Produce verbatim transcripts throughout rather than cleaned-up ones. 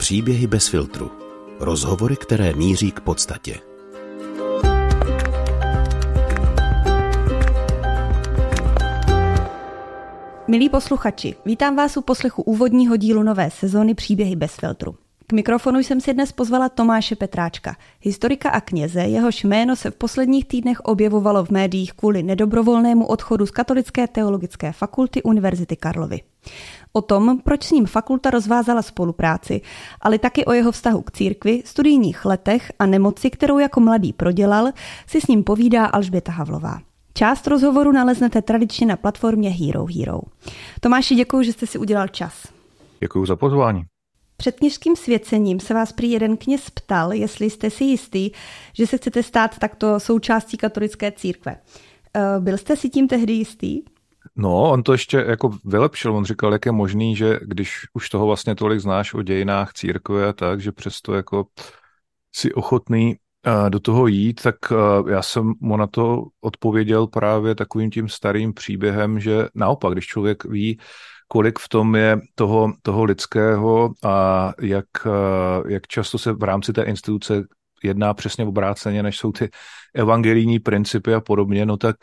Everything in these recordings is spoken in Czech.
Příběhy bez filtru. Rozhovory, které míří k podstatě. Milí posluchači, vítám vás u poslechu úvodního dílu nové sezóny Příběhy bez filtru. K mikrofonu jsem si dnes pozvala Tomáše Petráčka, historika a kněze, jehož jméno se v posledních týdnech objevovalo v médiích kvůli nedobrovolnému odchodu z Katolické teologické fakulty Univerzity Karlovy. O tom, proč s ním fakulta rozvázala spolupráci, ale taky o jeho vztahu k církvi, studijních letech a nemoci, kterou jako mladý prodělal, si s ním povídá Alžběta Havlová. Část rozhovoru naleznete tradičně na platformě Hero Hero. Tomáši, děkuji, že jste si udělal čas. Děkuji za pozvání. Před kněžským svěcením se vás prý jeden kněz ptal, jestli jste si jistý, že se chcete stát takto součástí katolické církve. Byl jste si tím tehdy jistý? No, on to ještě jako vylepšil. On říkal, jak je možný, že když už toho vlastně tolik znáš o dějinách církve a tak, že přesto jako si ochotný do toho jít, tak já jsem mu na to odpověděl právě takovým tím starým příběhem, že naopak, když člověk ví, kolik v tom je toho, toho lidského a jak, jak často se v rámci té instituce jedná přesně obráceně, než jsou ty evangelijní principy a podobně, no tak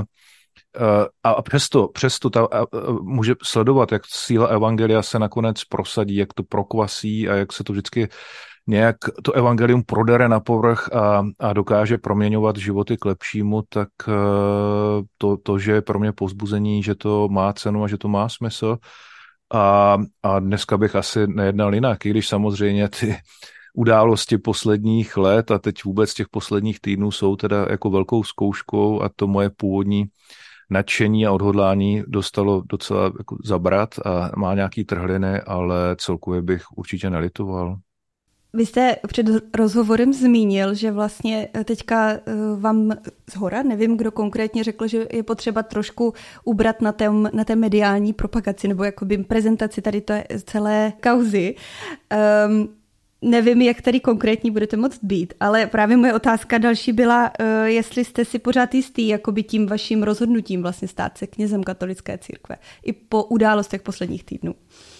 a přesto, přesto ta, může sledovat, jak síla evangelia se nakonec prosadí, jak to prokvasí a jak se to vždycky nějak to evangelium prodere na povrch a, a dokáže proměňovat životy k lepšímu, tak to, to, že je pro mě povzbuzení, že to má cenu a že to má smysl. A, a dneska bych asi nejednal jinak, i když samozřejmě ty události posledních let a teď vůbec těch posledních týdnů jsou teda jako velkou zkouškou a to moje původní nadšení a odhodlání dostalo docela jako zabrat a má nějaký trhliny, ale celkově bych určitě nelitoval. Vy jste před rozhovorem zmínil, že vlastně teďka vám zhora, nevím, kdo konkrétně řekl, že je potřeba trošku ubrat na, tém, na té mediální propagaci nebo jakoby prezentaci tady to celé kauzy. Um, nevím, jak tady konkrétní budete moct být, ale právě moje otázka další byla, uh, jestli jste si pořád jistý jakoby tím vaším rozhodnutím vlastně stát se knězem katolické církve i po událostech posledních týdnů.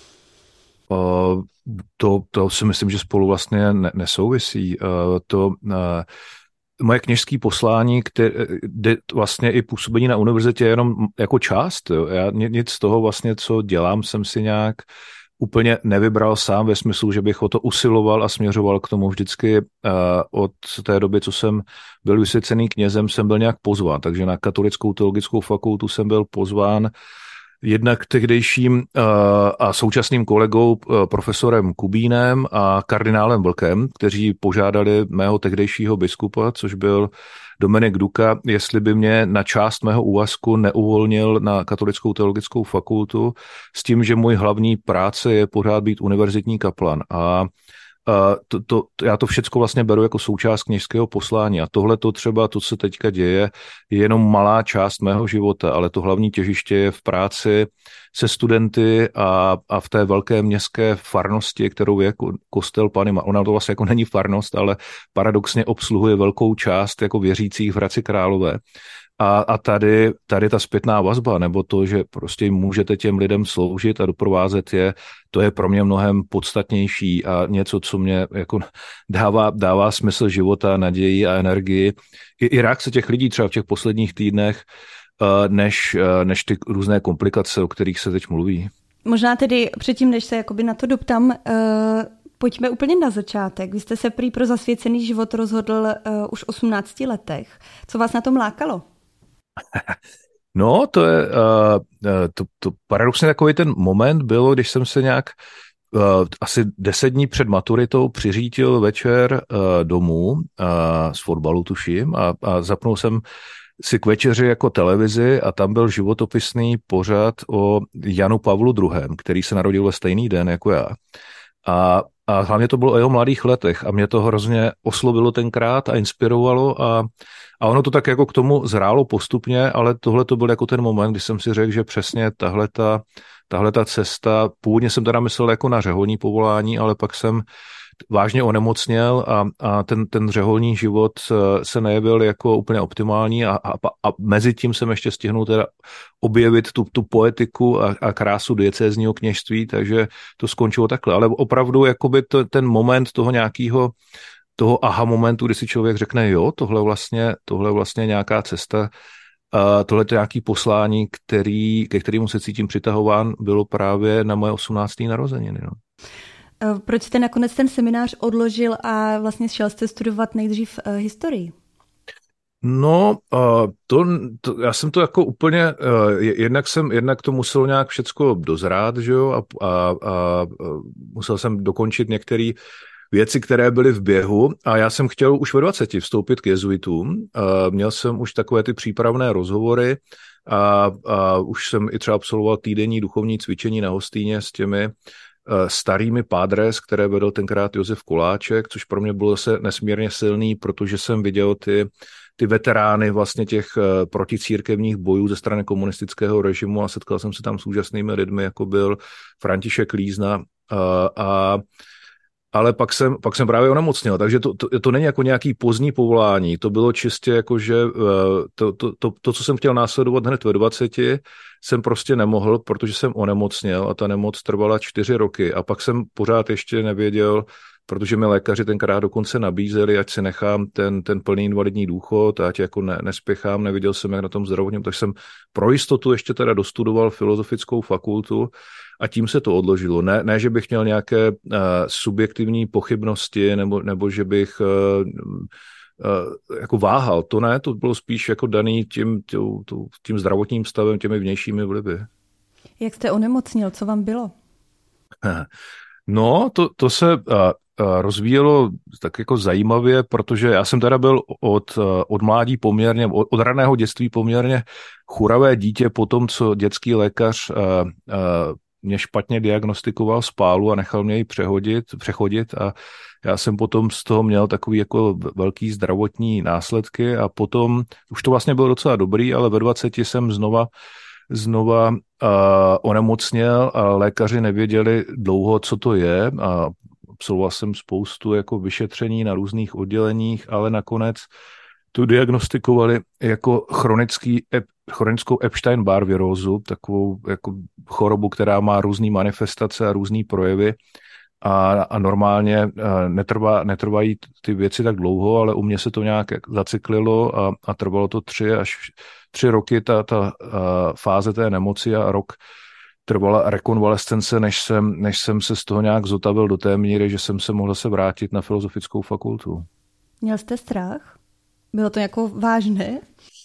Uh, to, to si myslím, že spolu vlastně ne, nesouvisí. Uh, to uh, moje kněžské poslání, které vlastně i působení na univerzitě je jenom jako část. Jo. Já nic z toho vlastně, co dělám, jsem si nějak úplně nevybral sám ve smyslu, že bych o to usiloval a směřoval k tomu vždycky. Uh, od té doby, co jsem byl vysvěcený knězem, jsem byl nějak pozván. Takže na Katolickou teologickou fakultu jsem byl pozván jednak tehdejším uh, a současným kolegou uh, profesorem Kubínem a kardinálem Vlkem, kteří požádali mého tehdejšího biskupa, což byl Dominik Duka, jestli by mě na část mého úvazku neuvolnil na Katolickou teologickou fakultu s tím, že můj hlavní práce je pořád být univerzitní kaplan. A To, to, já to všecko vlastně beru jako součást kněžského poslání a tohle to třeba, to, co teďka děje, je jenom malá část mého života, ale to hlavní těžiště je v práci se studenty a, a v té velké městské farnosti, kterou je kostel Panny Márie. Ona to vlastně jako není farnost, ale paradoxně obsluhuje velkou část jako věřících v Hradci Králové. A, a tady, tady ta zpětná vazba, nebo to, že prostě můžete těm lidem sloužit a doprovázet je, to je pro mě mnohem podstatnější a něco, co mě jako dává, dává smysl života, naději a energii. I, i reakce těch lidí třeba v těch posledních týdnech, než, než ty různé komplikace, o kterých se teď mluví. Možná tedy předtím, než se jakoby na to doptám, uh... pojďme úplně na začátek. Vy jste se prý pro zasvěcený život rozhodl uh, už v osmnácti letech. Co vás na tom lákalo? No, to je uh, to, to paradoxně takový ten moment bylo, když jsem se nějak uh, asi deset dní před maturitou přiřítil večer uh, domů uh, z fotbalu, tuším, a, a zapnul jsem si k večeři jako televizi a tam byl životopisný pořad o Janu Pavlu druhém, který se narodil ve stejný den jako já. A A hlavně to bylo o jeho mladých letech a mě to hrozně oslovilo tenkrát a inspirovalo a, a ono to tak jako k tomu zrálo postupně, ale tohle to byl jako ten moment, kdy jsem si řekl, že přesně tahleta, tahleta cesta, původně jsem teda myslel jako na řeholní povolání, ale pak jsem vážně onemocněl a, a ten, ten řeholní život se nejevil jako úplně optimální a, a, a mezi tím jsem ještě stihnul teda objevit tu, tu poetiku a, a krásu diecézního kněžství, takže to skončilo takhle. Ale opravdu jakoby to, ten moment toho nějakého toho aha momentu, kdy si člověk řekne, jo, tohle vlastně, tohle vlastně nějaká cesta, a tohle je nějaký poslání, který, ke kterému se cítím přitahován, bylo právě na moje osmnácté narozeniny. No. Proč jste nakonec ten seminář odložil a vlastně šel jste studovat nejdřív uh, historii? No, uh, to, to, já jsem to jako úplně, uh, jednak jsem, jednak to muselo nějak všecko dozrát, že jo, a, a, a musel jsem dokončit některé věci, které byly v běhu a já jsem chtěl už ve dvaceti vstoupit k jezuitům. Uh, měl jsem už takové ty přípravné rozhovory a, a už jsem i třeba absolvoval týdenní duchovní cvičení na Hostýně s těmi starými pádres, které vedl tenkrát Josef Koláček, což pro mě bylo zase nesmírně silný, protože jsem viděl ty, ty veterány vlastně těch proticírkevních bojů ze strany komunistického režimu a setkal jsem se tam s úžasnými lidmi, jako byl František Lízna a, a ale pak jsem, pak jsem právě onemocněl, takže to, to, to není jako nějaký pozdní povolání, to bylo čistě jako, že to, to, to, to, co jsem chtěl následovat hned ve dvaceti, jsem prostě nemohl, protože jsem onemocněl a ta nemoc trvala čtyři roky a pak jsem pořád ještě nevěděl, protože mi lékaři tenkrát dokonce nabízeli, ať si nechám ten, ten plný invalidní důchod, ať jako ne, nespěchám, neviděl jsem, jak na tom zdravotním, takže jsem pro jistotu ještě teda dostudoval filozofickou fakultu a tím se to odložilo. Ne, ne že bych měl nějaké uh, subjektivní pochybnosti nebo, nebo že bych uh, uh, jako váhal. To ne, to bylo spíš jako daný tím, tím, tím zdravotním stavem, těmi vnějšími vlivy. Jak jste onemocnil? Co vám bylo? No, to, to se uh, rozvíjelo tak jako zajímavě, protože já jsem teda byl od, od mládí poměrně, od, od raného dětství poměrně churavé dítě po tom, co dětský lékař uh, uh, mě špatně diagnostikoval spálu a nechal mě ji přehodit, přechodit a já jsem potom z toho měl takový jako velký zdravotní následky a potom už to vlastně bylo docela dobrý, ale ve dvaceti jsem znova znova uh, onemocněl a lékaři nevěděli dlouho, co to je a absolvoval jsem spoustu jako vyšetření na různých odděleních, ale nakonec tu diagnostikovali jako chronický, chronickou Epstein-Barr virózu, takovou jako chorobu, která má různé manifestace a různé projevy a, a normálně netrvá, netrvají ty věci tak dlouho, ale u mě se to nějak zacyklilo a, a trvalo to tři až tři roky ta, ta fáze té nemoci a rok trvala rekonvalescence, než jsem, než jsem se z toho nějak zotavil do té míry, že jsem se mohl se vrátit na filozofickou fakultu. Měl jste strach? Bylo to jako vážné?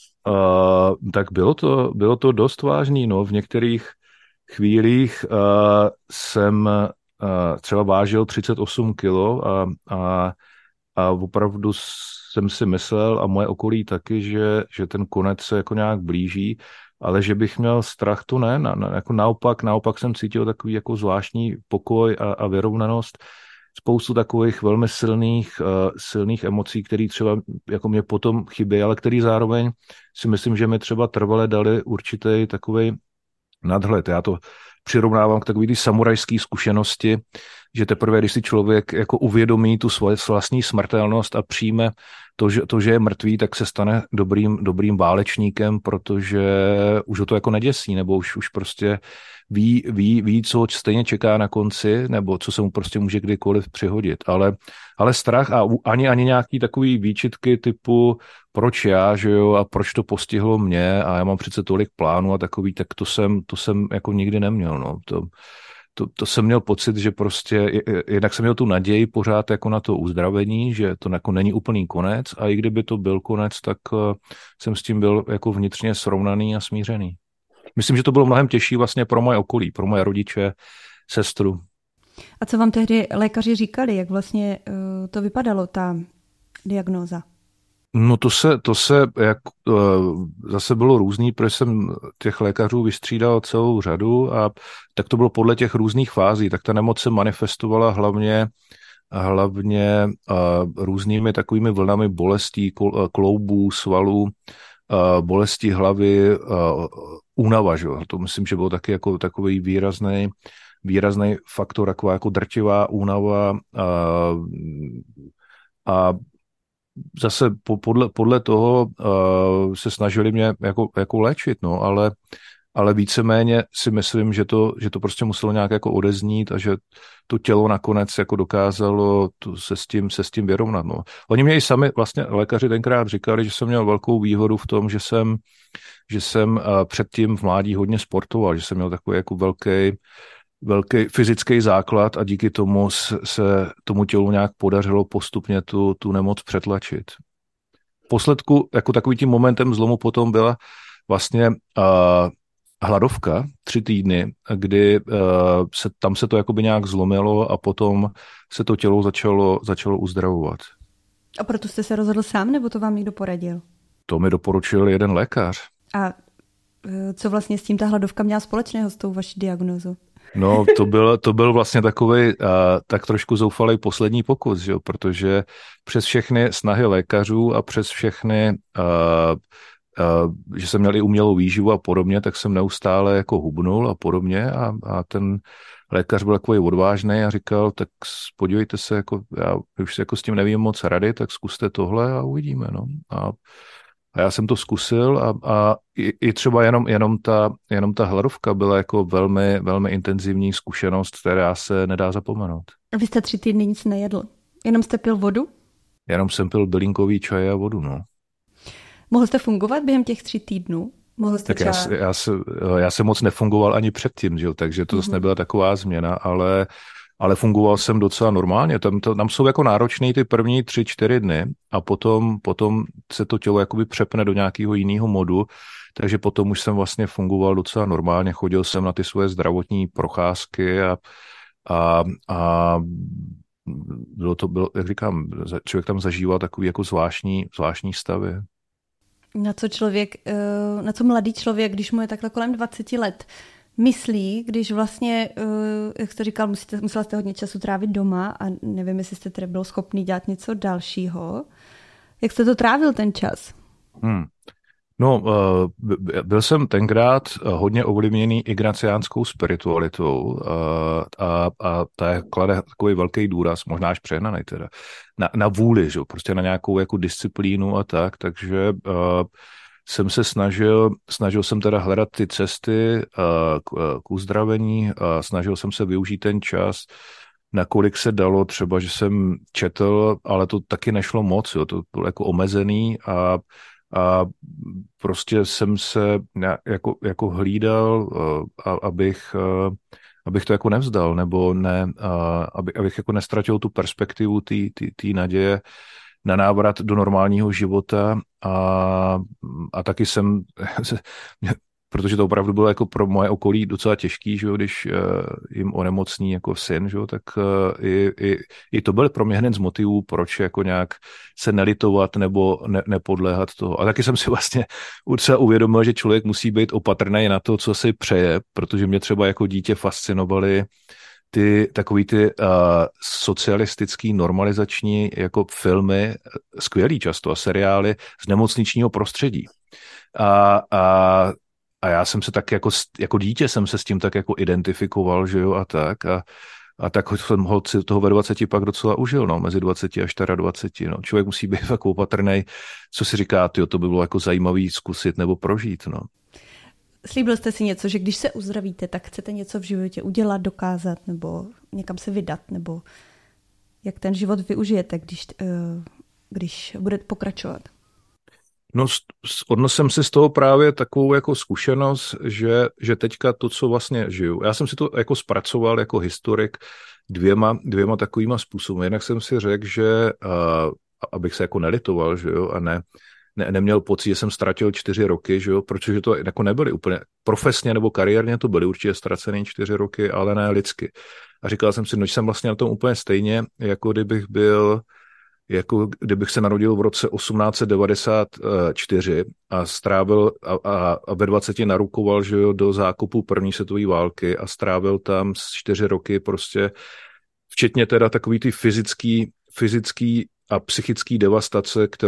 Uh, tak bylo to, bylo to dost vážný. No. V některých chvílích uh, jsem uh, třeba vážil třicet osm kilo a, a, a opravdu jsem si myslel a moje okolí taky, že, že ten konec se jako nějak blíží, ale že bych měl strach, to ne. Na, na, jako naopak, naopak jsem cítil takový jako zvláštní pokoj a, a vyrovnanost. Spoustu takových velmi silných, uh, silných emocí, které třeba jako mě potom chybí, ale který zároveň si myslím, že mi třeba trvale dali určitý takovej nadhled. Já to přirovnávám k takový ty samurajské zkušenosti, že teprve, když si člověk jako uvědomí tu svoji vlastní smrtelnost a přijme to, že, to, že je mrtvý, tak se stane dobrým, dobrým válečníkem, protože už ho to jako neděsí, nebo už, už prostě ví, ví, ví, co stejně čeká na konci, nebo co se mu prostě může kdykoliv přihodit. Ale, ale strach a ani, ani nějaký takový výčitky typu proč já, že jo, a proč to postihlo mě a já mám přece tolik plánů a takový, tak to jsem, to jsem jako nikdy neměl, no. To, to, to jsem měl pocit, že prostě, jednak jsem měl tu naději pořád jako na to uzdravení, že to jako není úplný konec a i kdyby to byl konec, tak jsem s tím byl jako vnitřně srovnaný a smířený. Myslím, že to bylo mnohem těžší vlastně pro moje okolí, pro moje rodiče, sestru. A co vám tehdy lékaři říkali, jak vlastně uh, to vypadalo, ta diagnóza? No to se, to se jak, uh, zase bylo různý, protože jsem těch lékařů vystřídal celou řadu a tak to bylo podle těch různých fází, tak ta nemoc se manifestovala hlavně hlavně uh, různými takovými vlnami bolestí, kloubů, svalů bolesti hlavy, únava, že jo. To myslím, že byl taky jako takový výrazný, výrazný faktor, taková jako drtivá únava a, a zase po, podle, podle toho uh, se snažili mě jako, jako léčit, no, ale, ale víceméně si myslím, že to, že to prostě muselo nějak jako odeznít a že to tělo nakonec jako dokázalo tu, se, s tím, se s tím vyrovnat. No. Oni mě i sami vlastně lékaři tenkrát říkali, že jsem měl velkou výhodu v tom, že jsem, že jsem uh, předtím v mládí hodně sportoval, že jsem měl takový jako velký velký fyzický základ a díky tomu se tomu tělu nějak podařilo postupně tu, tu nemoc přetlačit. V posledku, jako takovým tím momentem zlomu potom byla vlastně uh, hladovka, tři týdny, kdy uh, se, tam se to jakoby nějak zlomilo a potom se to tělo začalo, začalo uzdravovat. A proto jste se rozhodl sám, nebo to vám někdo poradil? To mi doporučil jeden lékař. A co vlastně s tím ta hladovka měla společného s tou vaší diagnózou? No, to byl, to byl vlastně takový uh, tak trošku zoufalý poslední pokus, že? Protože přes všechny snahy lékařů a přes všechny, uh, uh, že jsem měl i umělou výživu a podobně, tak jsem neustále jako hubnul a podobně a, a ten lékař byl takový odvážný a říkal, tak podívejte se, jako, já už jako s tím nevím moc rady, tak zkuste tohle a uvidíme. No. A A já jsem to zkusil a, a i, i třeba jenom, jenom, ta, jenom ta hladovka byla jako velmi, velmi intenzivní zkušenost, která se nedá zapomenout. A vy jste tři týdny nic nejedl? Jenom jste pil vodu? Jenom jsem pil bylinkový čaj a vodu, no. Mohl jste fungovat během těch tří týdnů? Mohl jste tak třeba... já, já, já jsem moc nefungoval ani předtím, že? Takže to mm-hmm. nebyla taková změna, ale... ale fungoval jsem docela normálně. Tam, to, tam jsou jako náročný ty první tři, čtyři dny a potom, potom se to tělo jakoby přepne do nějakého jiného modu, takže potom už jsem vlastně fungoval docela normálně. Chodil jsem na ty svoje zdravotní procházky a, a, a bylo to, bylo, jak říkám, člověk tam zažíval takový jako zvláštní, zvláštní stavy. Na co člověk, na co mladý člověk, když mu je takhle kolem dvacet let, myslí, když vlastně, jak jste říkal, musíte, musela jste hodně času trávit doma a nevím, jestli jste tedy byl schopný dělat něco dalšího. Jak jste to trávil ten čas? Hmm. No, byl jsem tenkrát hodně ovlivněný ignaciánskou spiritualitou a, a ta klade takový velký důraz, možná až přehnaný teda, na, na vůli, že? Prostě na nějakou jako disciplínu a tak, takže jsem se snažil, snažil jsem teda hledat ty cesty k, k uzdravení, a snažil jsem se využít ten čas, nakolik se dalo, třeba, že jsem četl, ale to taky nešlo moc, jo, to bylo jako omezený a, a prostě jsem se jako, jako hlídal, abych, abych to jako nevzdal, nebo ne, aby, abych jako nestratil tu perspektivu té naděje na návrat do normálního života a, a taky jsem, protože to opravdu bylo jako pro moje okolí docela těžký, že jo, když uh, jim onemocní jako syn, že jo, tak uh, i, i, i to byl pro mě hned z motivů, proč jako nějak se nelitovat nebo ne, nepodléhat toho. A taky jsem si vlastně docela uvědomil, že člověk musí být opatrný na to, co si přeje, protože mě třeba jako dítě fascinovaly ty takový ty uh, socialistický, normalizační jako filmy, skvělý často a seriály z nemocničního prostředí. A, a, a já jsem se tak jako, jako dítě jsem se s tím tak jako identifikoval, že jo, a tak. A, a tak jsem ho toho ve dvaceti pak docela užil, no, mezi dvaceti a dvaceti čtyřmi, no. Člověk musí být jako opatrnej, co si říká, tyjo, to by bylo jako zajímavý zkusit nebo prožít, no. Slíbil jste si něco, že když se uzdravíte, tak chcete něco v životě udělat, dokázat nebo někam se vydat, nebo jak ten život využijete, když, když budete pokračovat? No, odnosím si z toho právě takovou jako zkušenost, že, že teďka to, co vlastně žiju. Já jsem si to jako zpracoval jako historik dvěma, dvěma takovýma způsoby. Jinak jsem si řekl, že uh, abych se jako nelitoval, že jo, a ne Ne, neměl pocit, že jsem ztratil čtyři roky, že jo, protože to jako nebyly úplně profesně nebo kariérně, to byly určitě ztracený čtyři roky, ale ne lidsky. A říkal jsem si, no, že jsem vlastně na tom úplně stejně, jako kdybych byl, jako kdybych se narodil v roce osmnáct set devadesát čtyři a strávil a, a, a ve dvaceti narukoval, že jo, do zákupu první světové války a strávil tam čtyři roky prostě, včetně teda takový ty fyzický, fyzický a psychický devastace, kterou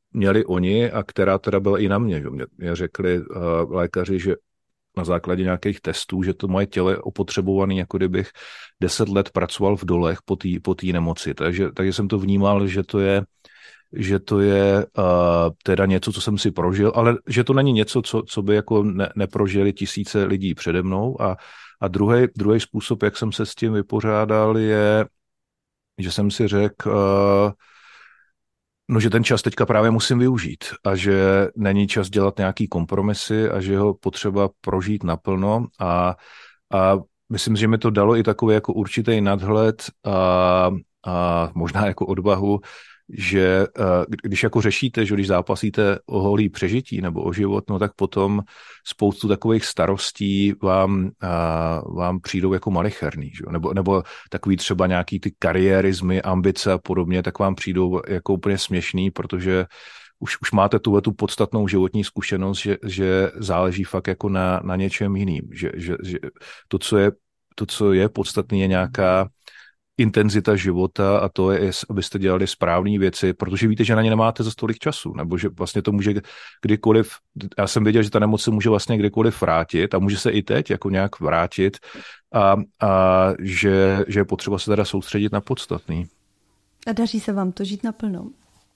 měli oni a která teda byla i na mě. Že? Mě, mě řekli uh, lékaři, že na základě nějakých testů, že to moje tělo je opotřebované, jako kdybych deset let pracoval v dolech po té po té nemoci. Takže, takže jsem to vnímal, že to je že to je uh, teda něco, co jsem si prožil, ale že to není něco, co, co by jako ne, neprožili tisíce lidí přede mnou. A, a druhý, druhý způsob, jak jsem se s tím vypořádal, je, že jsem si řekl, uh, no, že ten čas teďka právě musím využít a že není čas dělat nějaký kompromisy a že ho potřeba prožít naplno a, a myslím, že mi to dalo i takový jako určitý nadhled a, a možná jako odvahu, že když jako řešíte, že když zápasíte o holý přežití nebo o život, no tak potom spoustu takových starostí vám, vám přijdou jako malicherný, že? Nebo, nebo takový třeba nějaký ty kariérizmy, ambice a podobně, tak vám přijdou jako úplně směšný, protože už, už máte tuhle tu podstatnou životní zkušenost, že, že záleží fakt jako na, na něčem jiným, že, že, že to, co je, to, co je podstatné, je nějaká intenzita života a to je, abyste dělali správné věci, protože víte, že na ně nemáte za tolik času, nebo že vlastně to může kdykoliv, já jsem věděl, že ta nemoc se může vlastně kdykoliv vrátit a může se i teď jako nějak vrátit a, a že, že je potřeba se teda soustředit na podstatný. A daří se vám to žít naplno?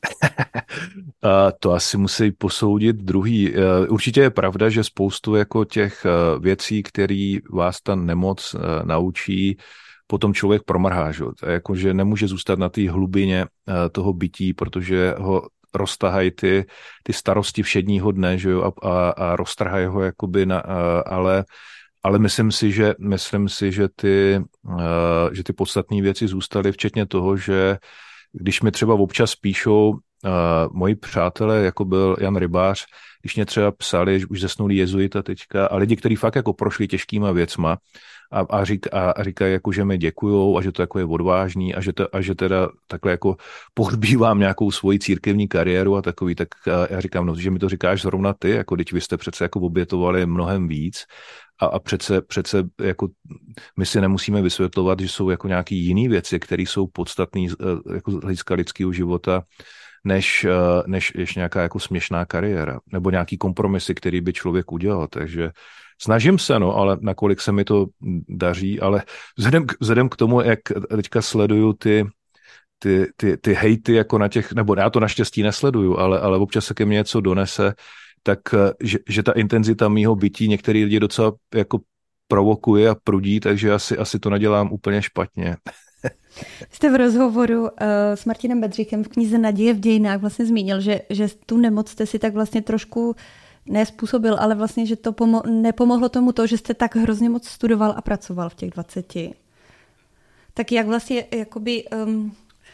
A to asi musí posoudit druhý. Určitě je pravda, že spoustu jako těch věcí, které vás ta nemoc naučí, potom člověk promrhá, že? Jako, že nemůže zůstat na té hlubině toho bytí, protože ho roztahají ty, ty starosti všedního dne, že jo? A, a, a roztrhají ho jakoby na, ale, ale myslím si, že, myslím si, že ty, že ty podstatné věci zůstaly, včetně toho, že když mi třeba občas píšou uh, moji přátelé, jako byl Jan Rybář, když mě třeba psali, že už zesnulý jezuita teďka, a lidi, kteří fakt jako prošli těžkýma věcma a, a, řík, a, a říkají, jako, že mi děkujou a že to jako je odvážný a že, to, a že teda takhle jako pohřbívám nějakou svoji církevní kariéru a takový, tak a já říkám, no, že mi to říkáš zrovna ty, jako teď vy jste přece jako obětovali mnohem víc. A, a přece, přece jako my si nemusíme vysvětlovat, že jsou jako nějaký jiný věci, které jsou podstatné jako z hlediska lidského života, než, než, než nějaká jako směšná kariéra, nebo nějaký kompromisy, který by člověk udělal. Takže snažím se, no, ale nakolik se mi to daří, ale vzhledem k, vzhledem k tomu, jak teďka sleduju ty ty, ty, ty hejty jako na těch, nebo já to naštěstí nesleduju, ale, ale občas se ke mně něco donese, tak že, že ta intenzita mýho bytí některý lidi docela jako provokuje a prudí, takže asi, asi to nedělám úplně špatně. Jste v rozhovoru uh, s Martinem Bedřichem v knize Naděje v dějinách vlastně zmínil, že, že tu nemoc jste si tak vlastně trošku nespůsobil, ale vlastně, že to pomo- nepomohlo tomu to, že jste tak hrozně moc studoval a pracoval v těch dvaceti. Tak jak vlastně jakoby... Um,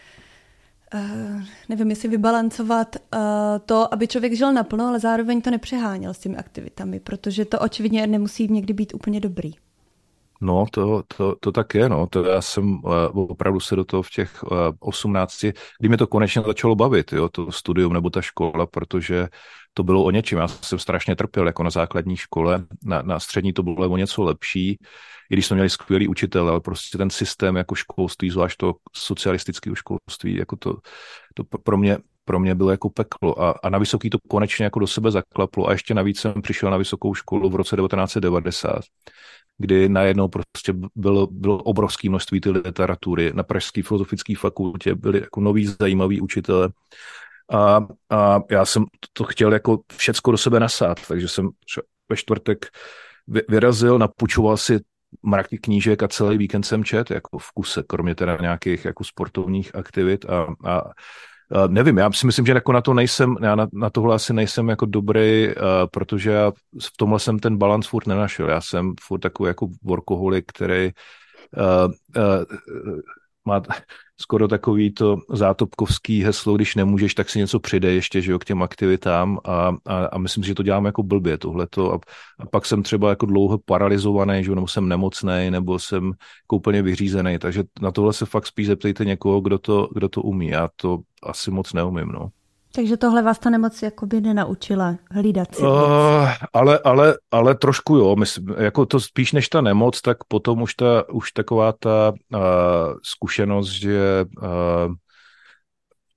Uh, nevím, jestli vybalancovat uh, to, aby člověk žil naplno, ale zároveň to nepřeháněl s těmi aktivitami, protože to očividně nemusí někdy být úplně dobrý. No, to, to, to tak je, no. To já jsem uh, opravdu se do toho v těch uh, osmnácti, kdy mě to konečně začalo bavit, jo, to studium nebo ta škola, protože to bylo o něčem. Já jsem strašně trpěl jako na základní škole, na, na střední to bylo o něco lepší, i když jsme měli skvělý učitel, ale prostě ten systém jako školství, zvlášť to socialistické školství, jako to, to pro mě pro mě bylo jako peklo a, a na vysoký to konečně jako do sebe zaklaplo a ještě navíc jsem přišel na vysokou školu v roce devatenáct set devadesát, kdy najednou prostě bylo, bylo obrovské množství ty literatury. Na Pražské filozofické fakultě byli jako noví zajímaví učitelé a, a já jsem to chtěl jako všecko do sebe nasát, takže jsem ve čtvrtek vyrazil, napůjčoval si mraky knížek a celý víkend jsem čet jako v kuse, kromě teda nějakých jako sportovních aktivit a, a, a nevím, já si myslím, že jako na to nejsem, já na, na tohle asi nejsem jako dobrý, uh, protože já v tomhle jsem ten balans furt nenašel, já jsem furt takový jako workoholik, který uh, uh, má skoro takový to zátopkovský heslo, když nemůžeš, tak si něco přidej ještě, že jo, k těm aktivitám a, a, a myslím si, že to dělám jako blbě tohleto a, a pak jsem třeba jako dlouho paralizovaný, že jo, nebo jsem nemocnej, nebo jsem jako úplně vyřízený, takže na tohle se fakt spíš zeptejte někoho, kdo to, kdo to umí, já to asi moc neumím, no. Takže tohle vás ta nemoc jakoby nenaučila hlídat si? Uh, ale, ale, ale trošku jo, myslím, jako to spíš než ta nemoc, tak potom už, ta, už taková ta uh, zkušenost, že, uh,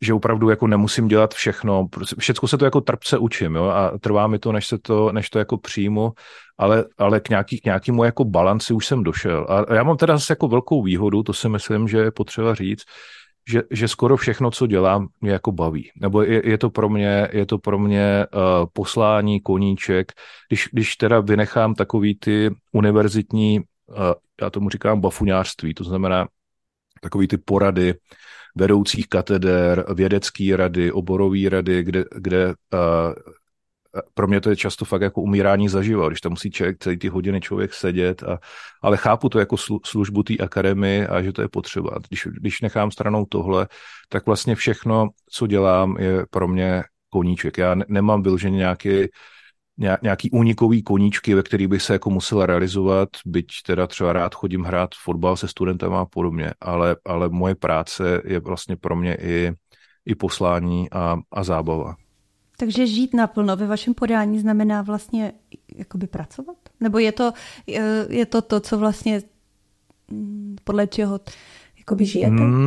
že opravdu jako nemusím dělat všechno. Všecko se to jako trpce učím, jo, a trvá mi to, než se to, než to jako přijmu, ale, ale k, nějaký, k nějakému jako balanci už jsem došel. A já mám teda zase jako velkou výhodu, to si myslím, že je potřeba říct, že, že skoro všechno, co dělám, mě jako baví. Nebo je, je to pro mě, je to pro mě uh, poslání, koníček. Když, když teda vynechám takový ty univerzitní, uh, já tomu říkám bafuňářství, to znamená takový ty porady vedoucích katedér, vědecký rady, oborový rady, kde, kde uh, pro mě to je často fakt jako umírání zaživa, když tam musí člověk celý ty hodiny člověk sedět, a, ale chápu to jako službu té akademii a že to je potřeba. Když, když nechám stranou tohle, tak vlastně všechno, co dělám, je pro mě koníček. Já ne, nemám vyloženě nějaký nějaký únikový koníčky, ve kterých bych se jako musel realizovat, byť teda třeba rád chodím hrát fotbal se studentama a podobně, ale, ale moje práce je vlastně pro mě i, i poslání a, a zábava. Takže žít naplno ve vašem podání znamená vlastně jakoby pracovat? Nebo je to, je to to, co vlastně podle čeho jakoby žijete?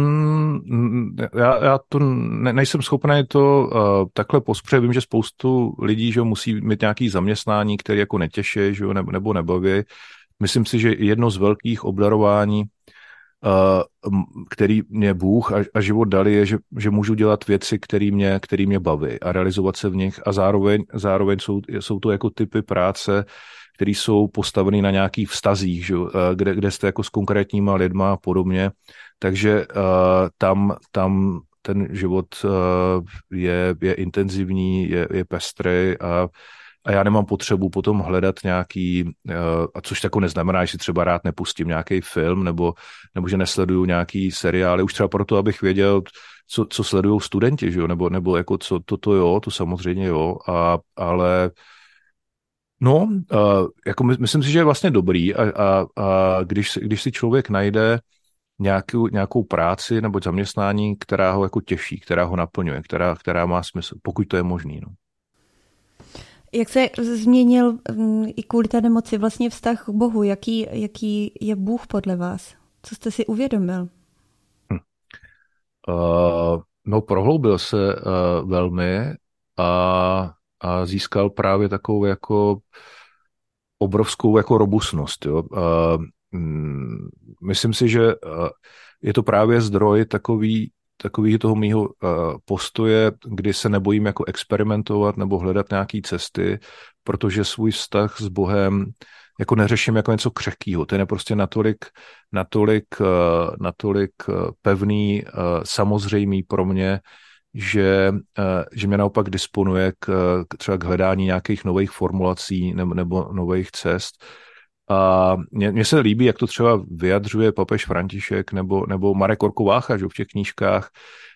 Mm, já, já to ne, nejsem schopný to uh, takhle pospřet. Vím, že spoustu lidí, že musí mít nějaký zaměstnání, které jako netěší, že nebo, nebo nebaví. Myslím si, že jedno z velkých obdarování, uh, který mě Bůh a, a život dali, je, že, že můžu dělat věci, které mě, který mě baví a realizovat se v nich, a zároveň, zároveň jsou, jsou to jako typy práce, které jsou postavené na nějakých vztazích, že? Kde, kde jste jako s konkrétníma lidma a podobně. Takže uh, tam, tam ten život uh, je, je intenzivní, je, je pestrý, a, a já nemám potřebu potom hledat nějaký, uh, a což tako neznamená, že si třeba rád nepustím nějaký film, nebo, nebo že nesleduju nějaký seriály, už třeba proto, abych věděl, co, co sledují studenti, že? Nebo, nebo jako co toto jo, to samozřejmě jo, a, ale no, uh, jako my, myslím si, že je vlastně dobrý, a, a, a když, když si člověk najde nějakou, nějakou práci nebo zaměstnání, která ho jako těší, která ho naplňuje, která, která má smysl, pokud to je možný. No. Jak se změnil um, i kvůli té nemoci vlastně vztah k Bohu? Jaký, jaký je Bůh podle vás? Co jste si uvědomil? Hm. Uh, no, prohloubil se uh, velmi a a získal právě takovou jako obrovskou jako robustnost. Jo. Uh, mm, myslím si, že uh, je to právě zdroj takový, takový toho mýho uh, postoje, kdy se nebojím jako experimentovat nebo hledat nějaký cesty, protože svůj vztah s Bohem jako neřeším jako něco křehkýho. Ten je prostě natolik, natolik, uh, natolik pevný, uh, samozřejmý pro mě, že, že mě naopak disponuje k, k třeba k hledání nějakých nových formulací nebo, nebo nových cest. A mně, mně se líbí, jak to třeba vyjadřuje papež František nebo, nebo Marek Orko Vácha, že v těch knížkách,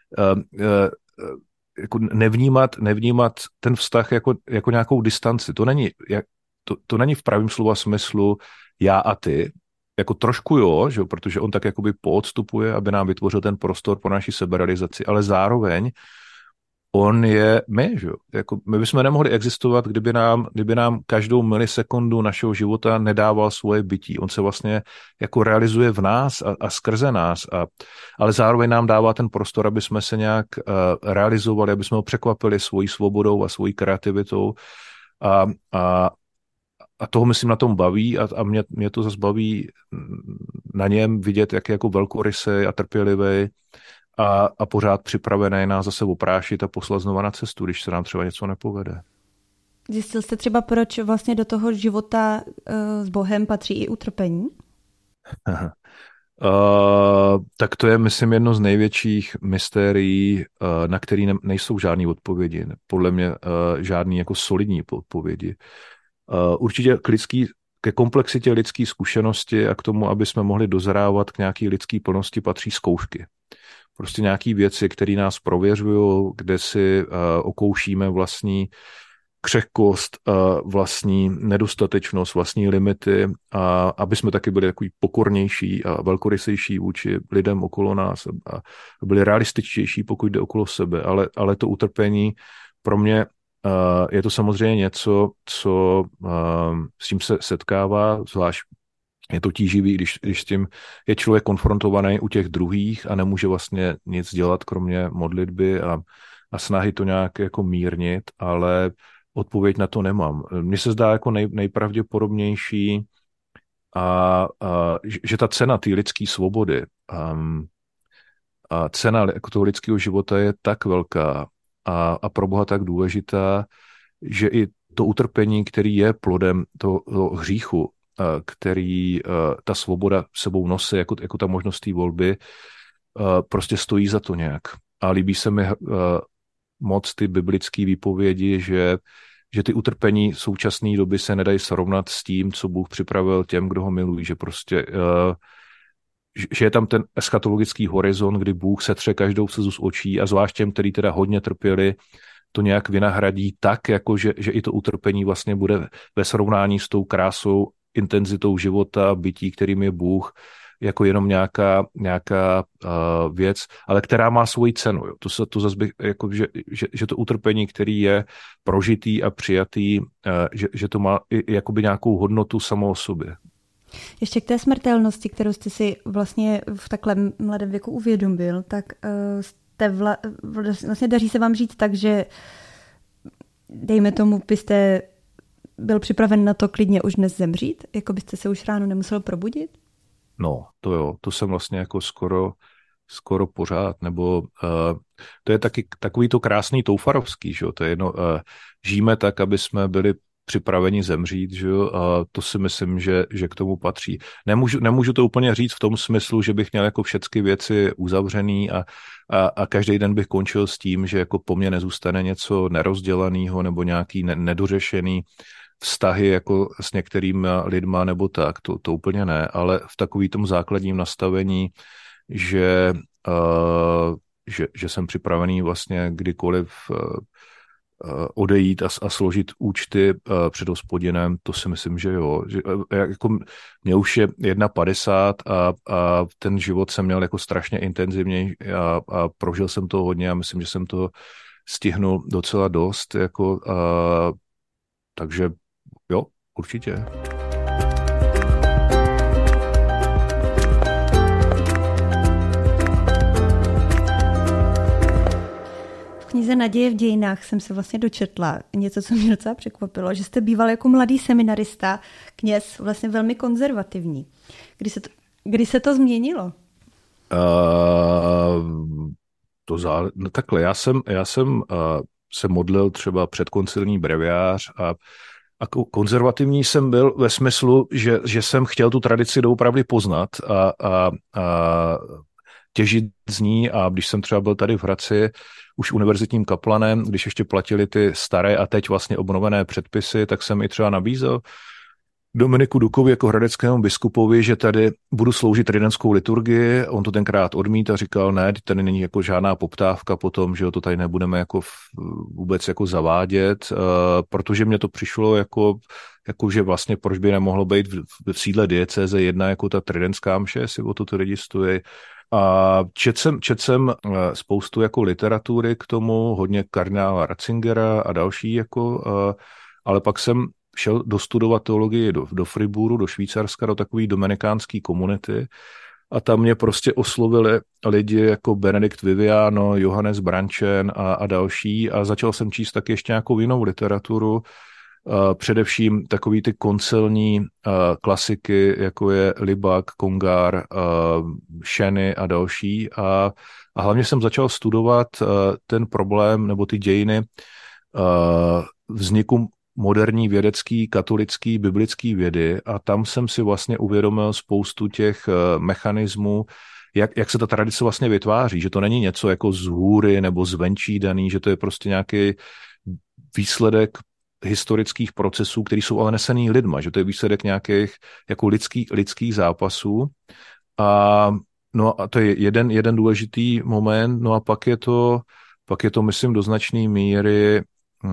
jako nevnímat, nevnímat ten vztah jako, jako nějakou distanci. To není, to, to není v pravém slova smyslu já a ty, jako trošku jo, že? Protože on tak jakoby poodstupuje, aby nám vytvořil ten prostor pro naši seberealizaci, ale zároveň on je my, že? Jako my bychom nemohli existovat, kdyby nám, kdyby nám každou milisekundu našeho života nedával svoje bytí. On se vlastně jako realizuje v nás a, a skrze nás, a, ale zároveň nám dává ten prostor, aby jsme se nějak uh, realizovali, aby jsme ho překvapili svojí svobodou a svojí kreativitou, a, a A toho myslím na tom baví, a, a mě, mě to zase baví na něm vidět, jak je jako velkorysý a trpělivý a, a pořád připravený nás zase oprášit a poslat znova na cestu, když se nám třeba něco nepovede. Zjistil jste třeba, proč vlastně do toho života uh, s Bohem patří i utrpení? uh, tak to je, myslím, jedno z největších mystérií, uh, na který ne, nejsou žádné odpovědi. Podle mě uh, žádný jako solidní odpovědi. Uh, určitě k, lidský, ke komplexitě lidské zkušenosti a k tomu, aby jsme mohli dozrávat k nějaké lidské plnosti, patří zkoušky. Prostě nějaké věci, které nás prověřují, kde si uh, okoušíme vlastní křehkost, uh, vlastní nedostatečnost, vlastní limity, a aby jsme taky byli takový pokornější a velkorysejší vůči lidem okolo nás a byli realističtější, pokud jde okolo sebe. Ale, ale to utrpení pro mě Uh, je to samozřejmě něco, co uh, s tím se setkává, zvlášť je to tíživý, když, když s tím je člověk konfrontovaný u těch druhých a nemůže vlastně nic dělat, kromě modlitby a, a snahy to nějak jako mírnit, ale odpověď na to nemám. Mně se zdá jako nej, nejpravděpodobnější, a, a, že ta cena té lidské svobody um, a cena jako toho lidského života je tak velká a, a pro Boha tak důležitá, že i to utrpení, který je plodem toho, toho hříchu, který ta svoboda sebou nosí, jako, jako ta možnost té volby, prostě stojí za to nějak. A líbí se mi moc ty biblické výpovědi, že, že ty utrpení současné doby se nedají srovnat s tím, co Bůh připravil těm, kdo ho milují, že prostě že je tam ten eschatologický horizont, kdy Bůh setře každou slzu z očí a zvlášť těm, který teda hodně trpěli, to nějak vynahradí tak, jako že, že i to utrpení vlastně bude ve srovnání s tou krásou, intenzitou života, bytí, kterým je Bůh, jako jenom nějaká, nějaká uh, věc, ale která má svoji cenu. Jo. To se to zase bych, jako, že, že, že to utrpení, který je prožitý a přijatý, uh, že, že to má i, jakoby nějakou hodnotu samo o sobě. Ještě k té smrtelnosti, kterou jste si vlastně v takhle mladém věku uvědomil, tak uh, jste vla, vlastně daří se vám říct tak, že dejme tomu, byste byl připraven na to klidně už dnes zemřít? Jako byste se už ráno nemusel probudit? No, to jo, to jsem vlastně jako skoro, skoro pořád, nebo uh, to je taky takový to krásný toufarovský, že jo, to je jedno, uh, žijeme tak, aby jsme byli připraveni zemřít, že jo, a to si myslím, že, že k tomu patří. Nemůžu, nemůžu to úplně říct v tom smyslu, že bych měl jako všechny věci uzavřený a, a, a každý den bych končil s tím, že jako po mně nezůstane něco nerozdělaného nebo nějaký ne, nedořešený vztahy jako s některými lidma nebo tak, to, to úplně ne, ale v takový tom základním nastavení, že, uh, že, že jsem připravený vlastně kdykoliv uh, odejít a, a složit účty uh, před Hospodinem, to si myslím, že jo. Že, jako, mě už je jedna padesát a, a ten život jsem měl jako strašně intenzivně a, a prožil jsem to hodně a myslím, že jsem to stihnul docela dost, jako, uh, takže jo, určitě. V knize Naděje v dějinách jsem se vlastně dočetla něco, co mě docela překvapilo, že jste býval jako mladý seminarista, kněz, vlastně velmi konzervativní. Kdy se to, kdy se to změnilo? Uh, to zá... no, takhle, já jsem, já jsem uh, se modlil třeba předkoncilní breviář a A konzervativní jsem byl ve smyslu, že, že jsem chtěl tu tradici doopravdy poznat a, a, a těžit z ní, a když jsem třeba byl tady v Hradci už univerzitním kaplanem, když ještě platili ty staré a teď vlastně obnovené předpisy, tak jsem i třeba nabízel Dominiku Dukovi jako hradeckému biskupovi, že tady budu sloužit tridentskou liturgii. On to tenkrát odmít a říkal, ne, tady není jako žádná poptávka potom, že to tady nebudeme jako vůbec jako zavádět, uh, protože mě to přišlo jako, jako, že vlastně proč by nemohlo být v, v sídle diecéze jedna jako ta tridentská mše, jestli o to ty lidi stojí. A čet jsem, čet jsem spoustu jako literatury k tomu, hodně kardinála Ratzingera a další, jako, uh, ale pak jsem šel dostudovat teologii do, do Fribourgu, do Švýcarska, do takové dominikánské komunity a tam mě prostě oslovili lidi jako Benedikt Viviano, Johannes Branchen a, a další a začal jsem číst taky ještě nějakou jinou literaturu, uh, především takový ty koncilní uh, klasiky, jako je Libak, Congar, uh, Sheny a další a, a hlavně jsem začal studovat uh, ten problém nebo ty dějiny uh, vzniku moderní vědecký, katolický, biblický vědy a tam jsem si vlastně uvědomil spoustu těch uh, mechanismů, jak, jak se ta tradice vlastně vytváří, že to není něco jako z hůry nebo zvenčí daný, že to je prostě nějaký výsledek historických procesů, který jsou ale nesený lidma, že to je výsledek nějakých jako lidský, lidských zápasů a no a to je jeden, jeden důležitý moment, no a pak je to, pak je to myslím do značné míry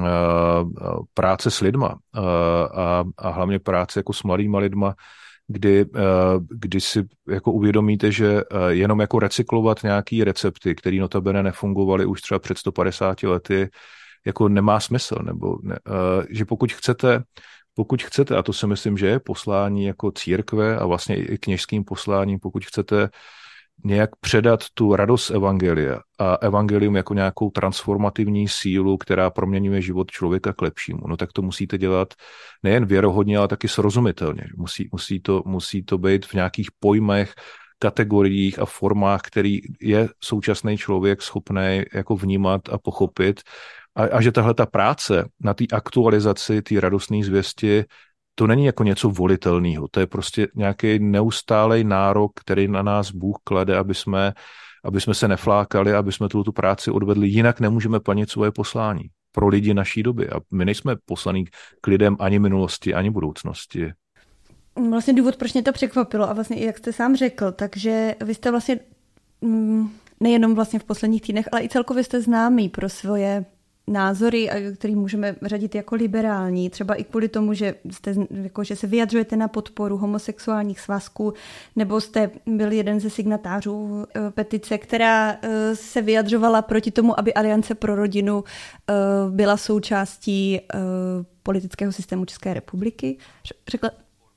práce s lidma a, a hlavně práce jako s mladýma lidma, kdy, kdy si jako uvědomíte, že jenom jako recyklovat nějaký recepty, které notabene nefungovaly už třeba před sto padesáti lety, jako nemá smysl, nebo ne, že pokud chcete pokud chcete, a to si myslím, že je poslání jako církve a vlastně i kněžským posláním, pokud chcete nějak předat tu radost evangelia a evangelium jako nějakou transformativní sílu, která proměňuje život člověka k lepšímu, no tak to musíte dělat nejen věrohodně, ale taky srozumitelně. Musí, musí, to, musí to být v nějakých pojmech, kategoriích a formách, který je současný člověk schopný jako vnímat a pochopit. A, a že tahle ta práce na té aktualizaci té radostné zvěsti, to není jako něco volitelného. To je prostě nějaký neustálej nárok, který na nás Bůh klade, aby jsme, aby jsme se neflákali, aby jsme tu práci odvedli. Jinak nemůžeme plnit svoje poslání pro lidi naší doby. A my nejsme poslaní k lidem ani minulosti, ani budoucnosti. Vlastně důvod, proč mě to překvapilo a vlastně i jak jste sám řekl, takže vy jste vlastně nejenom vlastně v posledních týdnech, ale i celkově jste známý pro svoje názory, který můžeme řadit jako liberální, třeba i kvůli tomu, že, jste, jako, že se vyjadřujete na podporu homosexuálních svazků, nebo jste byl jeden ze signatářů petice, která se vyjadřovala proti tomu, aby Aliance pro rodinu byla součástí politického systému České republiky. Řekla...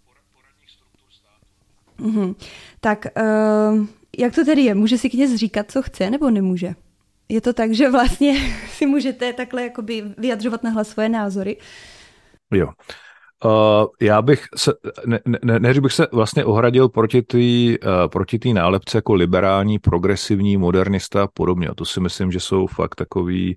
Uhum. Tak jak to tedy je? Může si kněz říkat, co chce, nebo nemůže? Je to tak, že vlastně si můžete takhle jakoby vyjadřovat nahlas svoje názory? Jo. Uh, já bych se, ne, ne, než bych se vlastně ohradil proti té uh, proti té nálepce jako liberální, progresivní, modernista a podobně. To si myslím, že jsou fakt takový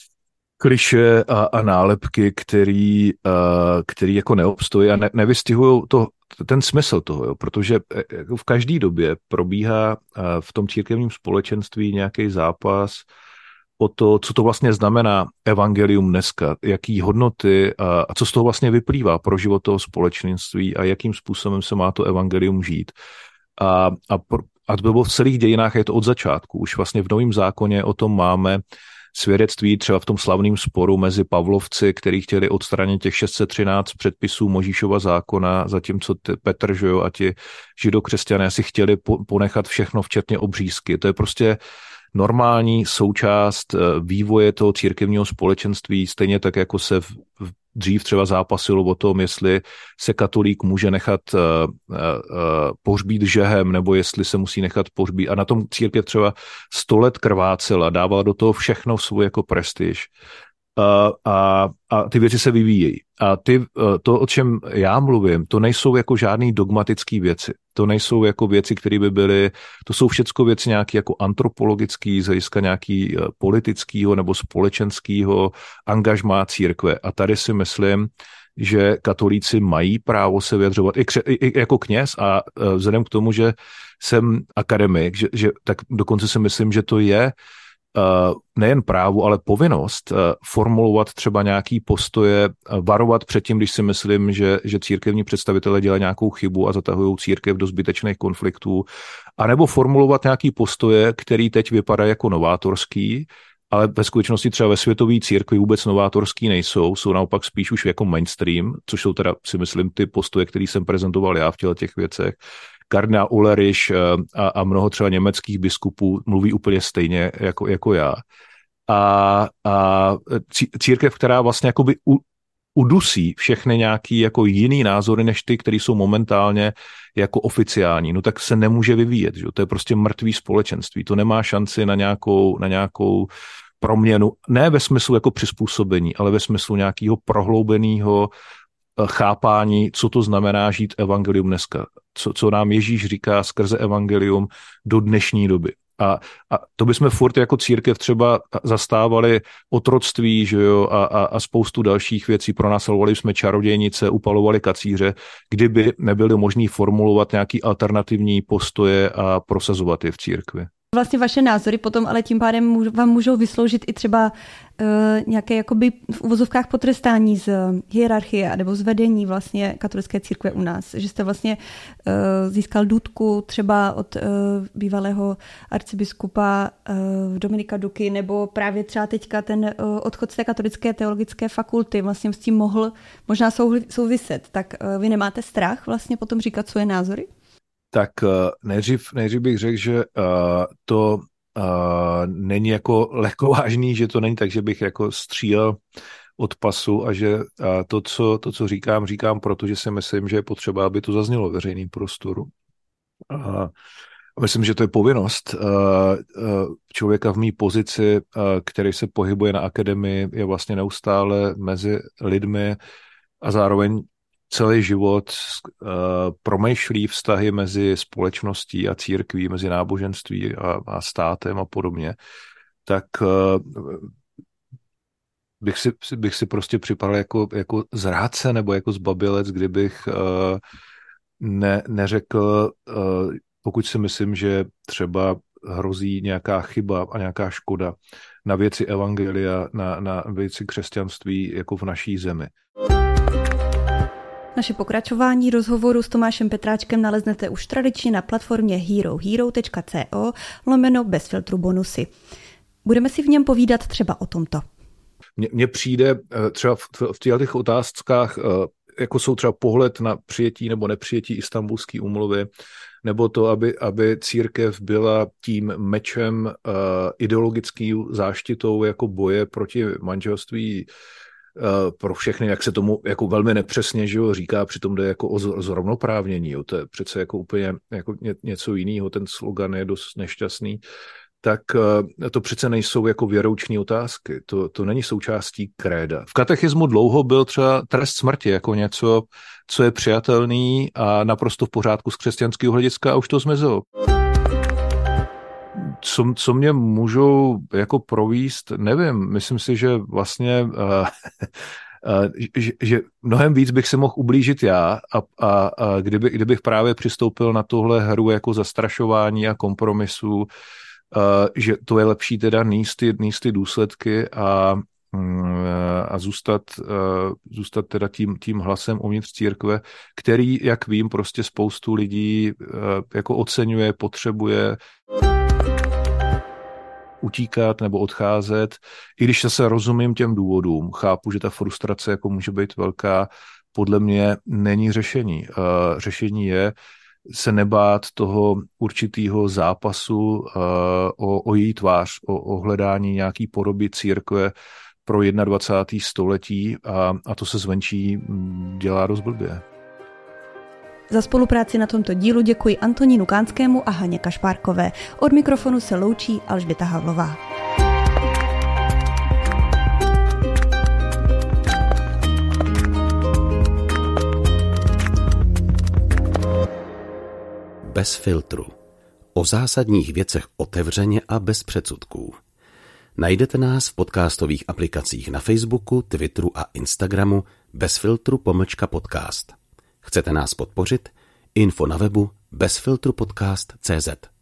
kliše a, a nálepky, který, uh, který jako neobstojí a ne, nevystihují to, ten smysl toho, jo, protože v každé době probíhá v tom církevním společenství nějaký zápas o to, co to vlastně znamená evangelium dneska, jaký hodnoty a, a co z toho vlastně vyplývá pro život toho společenství a jakým způsobem se má to evangelium žít. A, a, a to bylo v celých dějinách, je to od začátku. Už vlastně v Novém zákoně o tom máme svědectví třeba v tom slavném sporu mezi Pavlovci, kteří chtěli odstranit těch šest set třináct předpisů Možíšova zákona, zatímco Petr, že jo, a ti židokřesťané si chtěli ponechat všechno, včetně obřízky. To je prostě normální součást vývoje toho církevního společenství, stejně tak, jako se v, v dřív třeba zápasilo o tom, jestli se katolík může nechat uh, uh, pohřbít žehem, nebo jestli se musí nechat pohřbít. A na tom církev třeba sto let krvácela, dávala do toho všechno svůj jako prestiž. Uh, a, a ty věci se vyvíjejí. A ty, uh, to, o čem já mluvím, to nejsou jako žádný dogmatický věci. To nejsou jako věci, které by byly, to jsou všecko věci nějaký jako antropologický, z hlediska nějaký uh, politického nebo společenského angažmá církve. A tady si myslím, že katolíci mají právo se vyjadřovat i, kře, i, i jako kněz a uh, vzhledem k tomu, že jsem akademik, že, že, tak dokonce si myslím, že to je Uh, nejen právo, ale povinnost uh, formulovat třeba nějaký postoje, uh, varovat před tím, když si myslím, že, že církevní představitelé dělají nějakou chybu a zatahují církev do zbytečných konfliktů, anebo formulovat nějaký postoje, který teď vypadá jako novátorský, ale ve skutečnosti třeba ve světové církvi vůbec novátorský nejsou, jsou naopak spíš už jako mainstream, což jsou teda si myslím ty postoje, které jsem prezentoval já v těle těch věcech. Kardinál Ulrich a, a mnoho třeba německých biskupů mluví úplně stejně jako, jako já. A, a církev, která vlastně jakoby u, udusí všechny nějaký jako jiný názory, než ty, které jsou momentálně jako oficiální, no tak se nemůže vyvíjet. Že? To je prostě mrtvý společenství. To nemá šanci na nějakou, na nějakou proměnu. Ne ve smyslu jako přizpůsobení, ale ve smyslu nějakého prohloubeného chápání, co to znamená žít evangelium dneska. Co, co nám Ježíš říká skrze evangelium do dnešní doby. A, a to bychom furt jako církev třeba zastávali otroctví, že jo, a, a, a spoustu dalších věcí. Pronásledovali jsme čarodějnice, upalovali kacíře, kdyby nebyly možný formulovat nějaký alternativní postoje a prosazovat je v církvi. Vlastně vaše názory potom, ale tím pádem vám můžou vysloužit i třeba uh, nějaké jakoby v uvozovkách potrestání z hierarchie nebo z vedení vlastně katolické církve u nás. Že jste vlastně uh, získal důtku třeba od uh, bývalého arcibiskupa uh, Dominika Duky, nebo právě třeba teďka ten uh, odchod z té katolické teologické fakulty vlastně s tím mohl možná souviset. Tak uh, vy nemáte strach vlastně potom říkat svoje názory? Tak nejdřív, nejdřív bych řekl, že uh, to uh, není jako lehkovážný, že to není tak, že bych jako střílel od pasu a že a to, co, to, co říkám, říkám, protože si myslím, že je potřeba, aby to zaznělo v veřejném prostoru. A myslím, že to je povinnost člověka v mý pozici, který se pohybuje na akademii, je vlastně neustále mezi lidmi a zároveň celý život promýšlí vztahy mezi společností a církví, mezi náboženství a, a státem a podobně. Tak bych si, bych si prostě připadal jako, jako zrádce nebo jako zbabilec, kdybych ne, neřekl, pokud si myslím, že třeba hrozí nějaká chyba a nějaká škoda na věci evangelia, na, na věci křesťanství jako v naší zemi. Naše pokračování rozhovoru s Tomášem Petráčkem naleznete už tradičně na platformě herohero tečka co lomeno bez filtru bonusy. Budeme si v něm povídat třeba o tomto. Mně přijde třeba v, v těch otázkách, jako jsou třeba pohled na přijetí nebo nepřijetí Istanbulské úmluvy, nebo to, aby, aby církev byla tím mečem uh, ideologický záštitou jako boje proti manželství uh, pro všechny, jak se tomu jako velmi nepřesně že jo, říká, přitom jde jako o zrovnoprávnění. Jo. To je přece jako úplně jako ně, něco jiného, ten slogan je dost nešťastný. Tak to přece nejsou jako věrouční otázky. To, to není součástí kréda. V katechismu dlouho byl třeba trest smrti jako něco, co je přijatelný a naprosto v pořádku z křesťanského hlediska a už to zmizelo. Co, co mě můžou jako províst, nevím. Myslím si, že vlastně uh, uh, že, že mnohem víc bych se mohl ublížit já a, a, a kdyby, kdybych právě přistoupil na tohle hru jako zastrašování a kompromisu, Uh, že to je lepší teda níst ty, níst ty důsledky a, uh, a zůstat, uh, zůstat teda tím, tím hlasem uvnitř církve, který, jak vím, prostě spoustu lidí uh, jako oceňuje, potřebuje utíkat nebo odcházet. I když se rozumím těm důvodům, chápu, že ta frustrace jako může být velká, podle mě není řešení. Uh, řešení je se nebát toho určitého zápasu uh, o, o její tvář, o, o hledání nějaký podoby církve pro dvacátého prvního století a, a to se zvenčí dělá dost blbě. Za spolupráci na tomto dílu děkuji Antonínu Kánskému a Haně Kašpárkové. Od mikrofonu se loučí Alžběta Havlová. Bez filtru. O zásadních věcech otevřeně a bez předsudků. Najdete nás v podcastových aplikacích na Facebooku, Twitteru a Instagramu bez filtru pomlčka podcast. Chcete nás podpořit? Info na webu bezfiltrupodcast tečka cé zet.